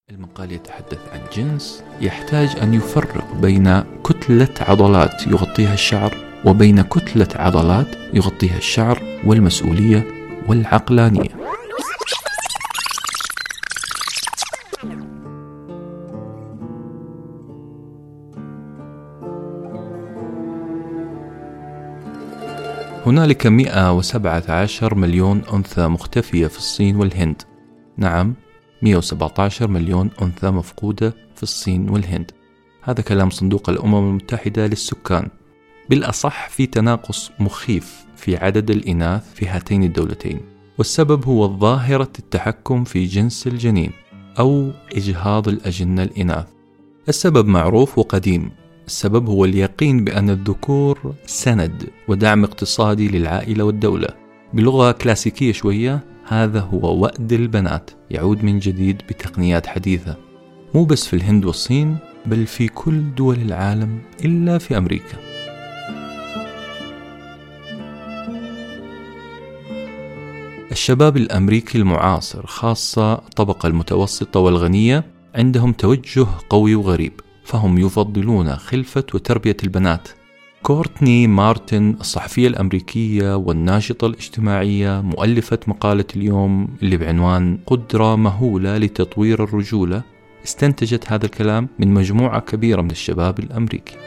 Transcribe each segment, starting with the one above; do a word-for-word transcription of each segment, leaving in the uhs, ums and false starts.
المقال يتحدث عن جنس يحتاج أن يفرق بين كتلة عضلات يغطيها الشعر وبين كتلة عضلات يغطيها الشعر والمسؤولية والعقلانية. هنالك مئة وسبعة عشر مليون أنثى مختفية في الصين والهند. نعم، مئة وسبعة عشر مليون أنثى مفقودة في الصين والهند. هذا كلام صندوق الأمم المتحدة للسكان. بالأصح في تناقص مخيف في عدد الإناث في هاتين الدولتين، والسبب هو ظاهرة التحكم في جنس الجنين أو إجهاض الأجنة الإناث. السبب معروف وقديم. السبب هو اليقين بأن الذكور سند ودعم اقتصادي للعائلة والدولة. بلغة كلاسيكية شوية، هذا هو وأد البنات، يعود من جديد بتقنيات حديثة، مو بس في الهند والصين بل في كل دول العالم إلا في أمريكا. الشباب الأمريكي المعاصر، خاصة الطبقة المتوسطة والغنية، عندهم توجه قوي وغريب، فهم يفضلون خلفة وتربية البنات. كورتني مارتن الصحفية الأمريكية والناشطة الاجتماعية، مؤلفة مقالة اليوم اللي بعنوان قدرة مهولة لتطوير الرجولة، استنتجت هذا الكلام من مجموعة كبيرة من الشباب الأمريكي.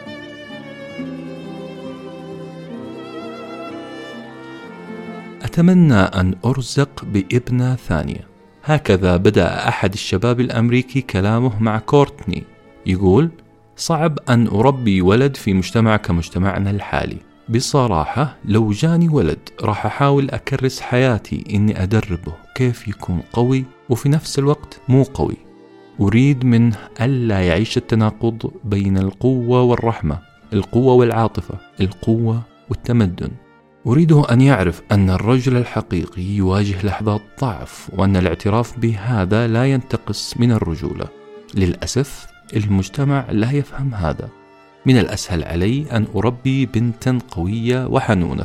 أتمنى أن أرزق بابنة ثانية. هكذا بدأ أحد الشباب الأمريكي كلامه مع كورتني، يقول: صعب أن أربي ولد في مجتمع كمجتمعنا الحالي. بصراحة لو جاني ولد راح أحاول أكرس حياتي إني أدربه كيف يكون قوي وفي نفس الوقت مو قوي. أريد منه ألا يعيش التناقض بين القوة والرحمة، القوة والعاطفة، القوة والتمدن. أريده أن يعرف أن الرجل الحقيقي يواجه لحظات ضعف، وأن الاعتراف بهذا لا ينتقص من الرجولة. للأسف المجتمع لا يفهم هذا. من الأسهل علي أن أربي بنتا قوية وحنونة.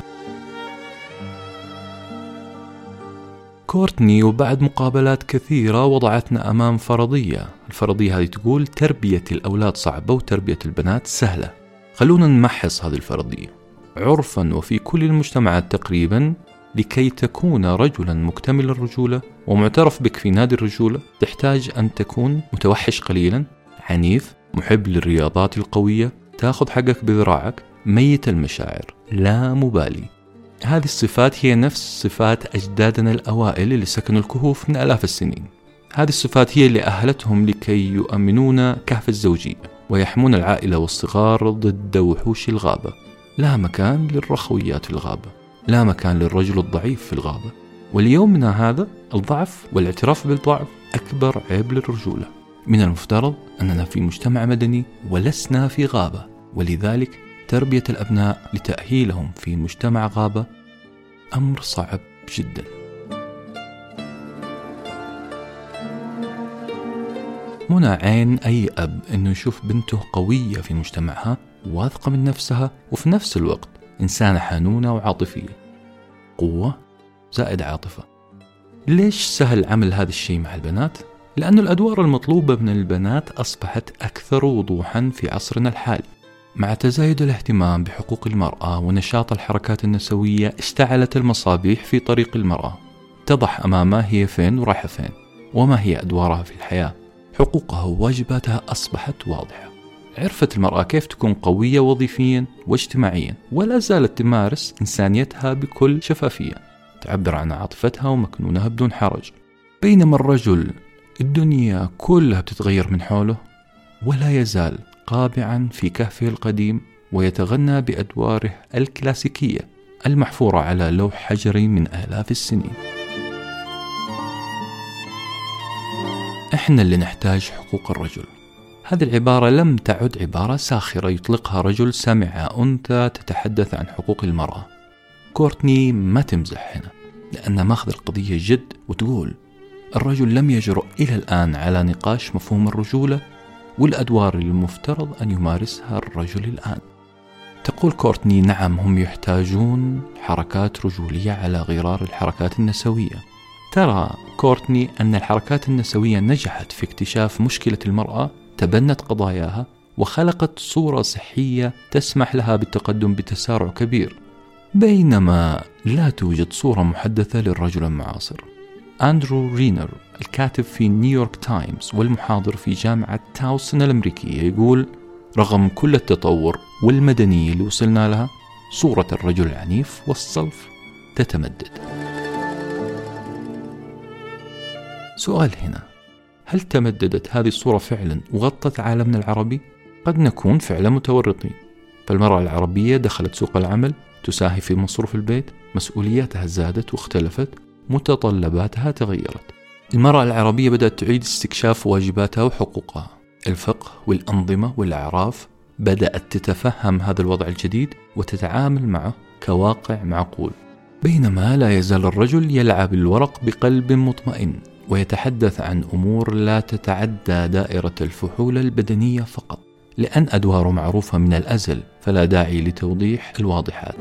كورتني وبعد مقابلات كثيرة وضعتنا أمام فرضية. الفرضية هذه تقول تربية الأولاد صعبة وتربية البنات سهلة. خلونا نمحص هذه الفرضية. عرفا وفي كل المجتمعات تقريبا، لكي تكون رجلا مكتمل الرجولة ومعترف بك في نادي الرجولة، تحتاج أن تكون متوحش قليلا، عنيف، محب للرياضات القوية، تأخذ حقك بذراعك، ميت المشاعر، لا مبالي. هذه الصفات هي نفس صفات أجدادنا الأوائل اللي سكنوا الكهوف من آلاف السنين. هذه الصفات هي اللي أهلتهم لكي يؤمنون كهف الزوجية ويحمون العائلة والصغار ضد وحوش الغابة. لا مكان للرخويات في الغابة، لا مكان للرجل الضعيف في الغابة. واليومنا هذا الضعف والاعتراف بالضعف أكبر عيب للرجولة. من المفترض أننا في مجتمع مدني ولسنا في غابة، ولذلك تربية الأبناء لتأهيلهم في مجتمع غابة أمر صعب جدا. منى عين أي أب أنه يشوف بنته قوية في مجتمعها، واثقة من نفسها، وفي نفس الوقت إنسانة حنونة وعاطفية. قوة زائد عاطفة. ليش سهل عمل هذا الشيء مع البنات؟ لأن الأدوار المطلوبة من البنات أصبحت أكثر وضوحا في عصرنا الحالي. مع تزايد الاهتمام بحقوق المرأة ونشاط الحركات النسوية، اشتعلت المصابيح في طريق المرأة. اتضح أمامها هي فين ورايحة فين، وما هي أدوارها في الحياة. حقوقها وواجباتها أصبحت واضحة. عرفت المرأة كيف تكون قوية وظيفيا واجتماعيا، ولا زالت تمارس إنسانيتها بكل شفافية، تعبر عن عاطفتها ومكنونها بدون حرج. بينما الرجل الدنيا كلها بتتغير من حوله، ولا يزال قابعا في كهفه القديم ويتغنى بأدواره الكلاسيكية المحفورة على لوح حجري من آلاف السنين. إحنا اللي نحتاج حقوق الرجل. هذه العبارة لم تعد عبارة ساخرة يطلقها رجل سمع أنثى تتحدث عن حقوق المرأة. كورتني ما تمزح هنا، لأنها ماخذ القضية جد، وتقول الرجل لم يجرؤ إلى الآن على نقاش مفهوم الرجولة والأدوار اللي المفترض أن يمارسها الرجل الآن. تقول كورتني: نعم، هم يحتاجون حركات رجولية على غرار الحركات النسوية. ترى كورتني أن الحركات النسوية نجحت في اكتشاف مشكلة المرأة، تبنت قضاياها وخلقت صورة صحية تسمح لها بالتقدم بتسارع كبير، بينما لا توجد صورة محدثة للرجل المعاصر. أندرو رينر الكاتب في نيويورك تايمز والمحاضر في جامعة تاوسن الأمريكية يقول: رغم كل التطور والمدنية اللي وصلنا لها، صورة الرجل العنيف والصلف تتمدد. سؤال هنا: هل تمددت هذه الصورة فعلا وغطت عالمنا العربي؟ قد نكون فعلا متورطين. فالمرأة العربية دخلت سوق العمل، تساهم في مصروف البيت، مسؤولياتها زادت واختلفت، متطلباتها تغيرت. المرأة العربية بدأت تعيد استكشاف واجباتها وحقوقها. الفقه والأنظمة والأعراف بدأت تتفهم هذا الوضع الجديد وتتعامل معه كواقع معقول، بينما لا يزال الرجل يلعب الورق بقلب مطمئن ويتحدث عن أمور لا تتعدى دائرة الفحول البدنية فقط، لأن أدواره معروفة من الأزل، فلا داعي لتوضيح الواضحات.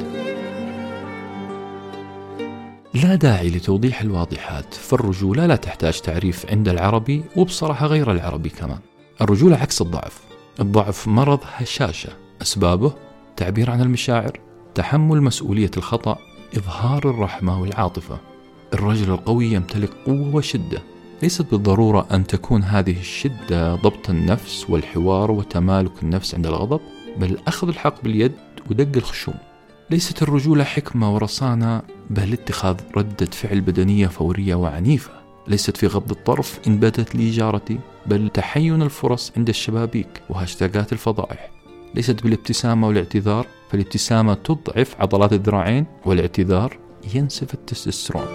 لا داعي لتوضيح الواضحات، فالرجولة لا تحتاج تعريف عند العربي، وبصراحة غير العربي كمان. الرجولة عكس الضعف. الضعف مرض هشاشة، أسبابه تعبير عن المشاعر، تحمل مسؤولية الخطأ، إظهار الرحمة والعاطفة. الرجل القوي يمتلك قوة وشدة، ليست بالضرورة أن تكون هذه الشدة ضبط النفس والحوار وتمالك النفس عند الغضب، بل أخذ الحق باليد ودق الخشوم. ليست الرجولة حكمة ورصانة، بل اتخاذ ردة فعل بدنية فورية وعنيفة. ليست في غض الطرف إن بدت لي جارتي، بل تحين الفرص عند الشبابيك وهاشتاجات الفضائح. ليست بالابتسامة والاعتذار، فالابتسامة تضعف عضلات الذراعين، والاعتذار ينسف التستوستيرون.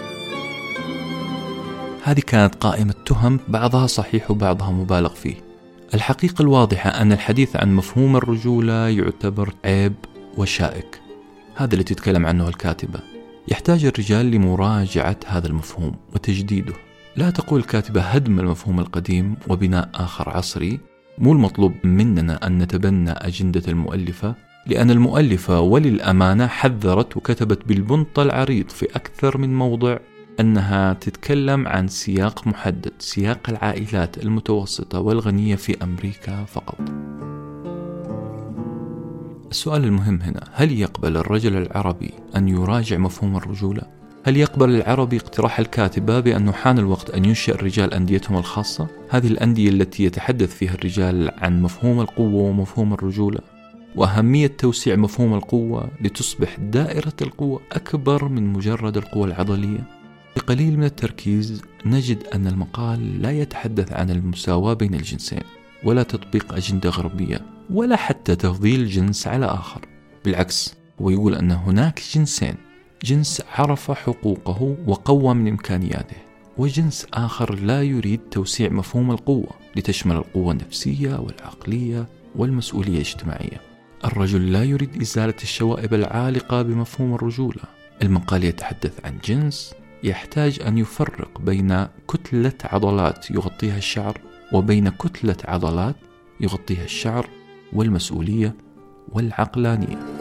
هذه كانت قائمة تهم، بعضها صحيح وبعضها مبالغ فيه. الحقيقة الواضحة أن الحديث عن مفهوم الرجولة يعتبر عيب وشائك، هذا اللي تتكلم عنه الكاتبة. يحتاج الرجال لمراجعة هذا المفهوم وتجديده. لا تقول الكاتبة هدم المفهوم القديم وبناء آخر عصري. مو المطلوب مننا أن نتبنى أجندة المؤلفة، لأن المؤلفة وللأمانة حذرت وكتبت بالبنط العريض في أكثر من موضع أنها تتكلم عن سياق محدد، سياق العائلات المتوسطة والغنية في أمريكا فقط. السؤال المهم هنا: هل يقبل الرجل العربي أن يراجع مفهوم الرجولة؟ هل يقبل العربي اقتراح الكاتبة بأنه حان الوقت أن ينشئ الرجال أنديتهم الخاصة؟ هذه الأندية التي يتحدث فيها الرجال عن مفهوم القوة ومفهوم الرجولة، وأهمية توسيع مفهوم القوة لتصبح دائرة القوة أكبر من مجرد القوة العضلية. بقليل من التركيز نجد أن المقال لا يتحدث عن المساواة بين الجنسين، ولا تطبيق أجندة غربية، ولا حتى تفضيل جنس على آخر. بالعكس، هو يقول أن هناك جنسين: جنس عرف حقوقه وقوى من إمكانياته، وجنس آخر لا يريد توسيع مفهوم القوة لتشمل القوة النفسية والعقلية والمسؤولية الاجتماعية. الرجل لا يريد إزالة الشوائب العالقة بمفهوم الرجولة. المقال يتحدث عن جنس يحتاج أن يفرق بين كتلة عضلات يغطيها الشعر وبين كتلة عضلات يغطيها الشعر والمسؤولية والعقلانية.